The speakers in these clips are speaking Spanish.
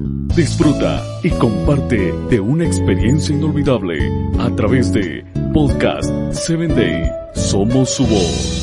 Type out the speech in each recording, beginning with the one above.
Disfruta y comparte de una experiencia inolvidable a través de Podcast 7 Day. Somos su voz.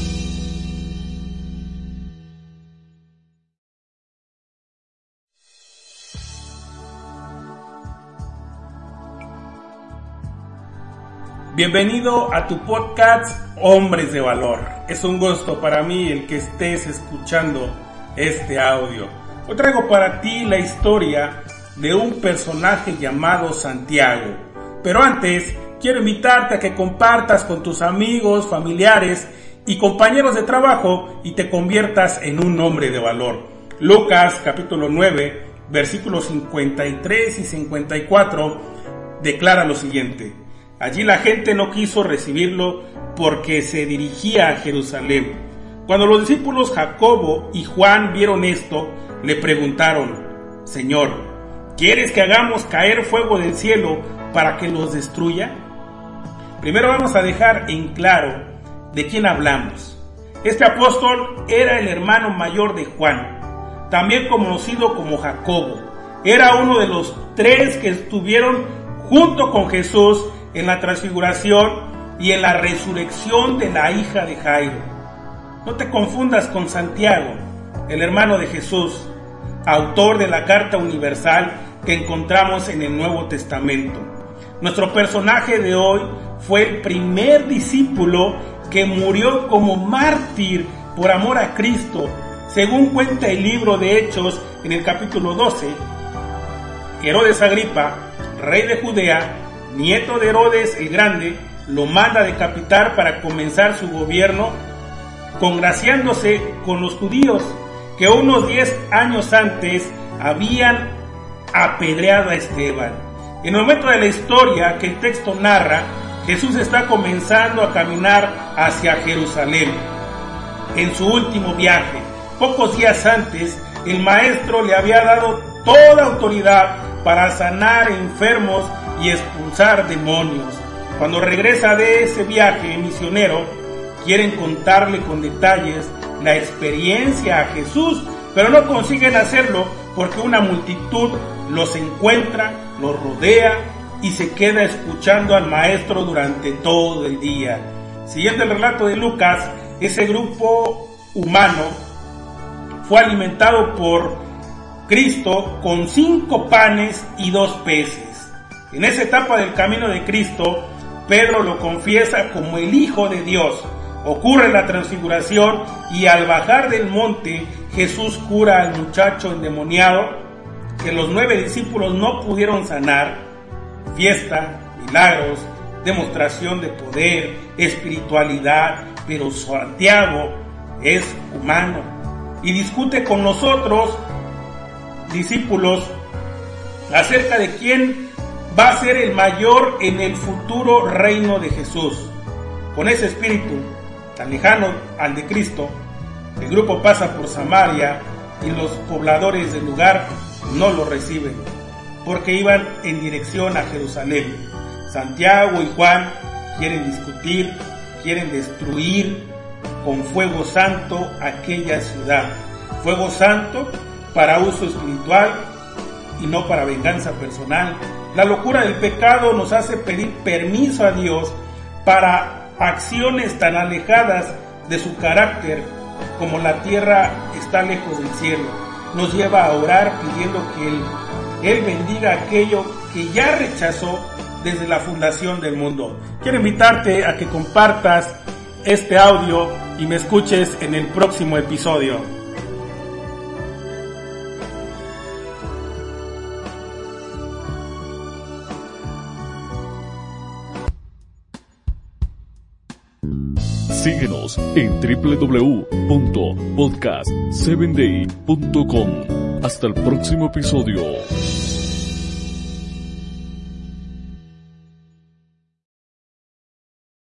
Bienvenido a tu podcast Hombres de Valor. Es un gusto para mí el que estés escuchando este audio. Hoy traigo para ti la historia de un personaje llamado Santiago. Pero antes, quiero invitarte a que compartas con tus amigos, familiares y compañeros de trabajo y te conviertas en un hombre de valor. Lucas capítulo 9, versículos 53 y 54 declara lo siguiente: allí la gente no quiso recibirlo porque se dirigía a Jerusalén. Cuando los discípulos Jacobo y Juan vieron esto, le preguntaron: Señor, ¿quieres que hagamos caer fuego del cielo para que los destruya? Primero vamos a dejar en claro de quién hablamos. Este apóstol era el hermano mayor de Juan, también conocido como Jacobo. Era uno de los 3 que estuvieron junto con Jesús en la transfiguración y en la resurrección de la hija de Jairo. No te confundas con Santiago, el hermano de Jesús, autor de la carta universal que encontramos en el Nuevo Testamento. Nuestro personaje de hoy fue el primer discípulo que murió como mártir por amor a Cristo. Según cuenta el libro de Hechos en el capítulo 12, Herodes Agripa, rey de Judea, nieto de Herodes el Grande, lo manda a decapitar para comenzar su gobierno, congraciándose con los judíos que unos 10 años antes habían apedreado a Esteban. En el momento de la historia que el texto narra, Jesús está comenzando a caminar hacia Jerusalén. En su último viaje, pocos días antes, el maestro le había dado toda autoridad para sanar enfermos y expulsar demonios. Cuando regresa de ese viaje misionero, quieren contarle con detalles la experiencia a Jesús, pero no consiguen hacerlo porque una multitud los encuentra, los rodea y se queda escuchando al maestro durante todo el día. Siguiendo el relato de Lucas, ese grupo humano fue alimentado por Cristo con 5 panes y 2 peces. En esa etapa del camino de Cristo, Pedro lo confiesa como el Hijo de Dios. Ocurre la transfiguración y al bajar del monte, Jesús cura al muchacho endemoniado que los 9 discípulos no pudieron sanar. Fiesta, milagros, demostración de poder, espiritualidad, pero Santiago es humano y discute con nosotros, discípulos, acerca de quién va a ser el mayor en el futuro reino de Jesús. Con ese espíritu tan lejano al de Cristo, el grupo pasa por Samaria y los pobladores del lugar no lo reciben, porque iban en dirección a Jerusalén. Santiago y Juan quieren discutir, quieren destruir con fuego santo aquella ciudad. Fuego santo para uso espiritual y no para venganza personal. La locura del pecado nos hace pedir permiso a Dios para acciones tan alejadas de su carácter como la tierra está lejos del cielo. Nos lleva a orar pidiendo que Él bendiga aquello que ya rechazó desde la fundación del mundo. Quiero invitarte a que compartas este audio y me escuches en el próximo episodio. Síguenos en www.podcast7day.com. Hasta el próximo episodio.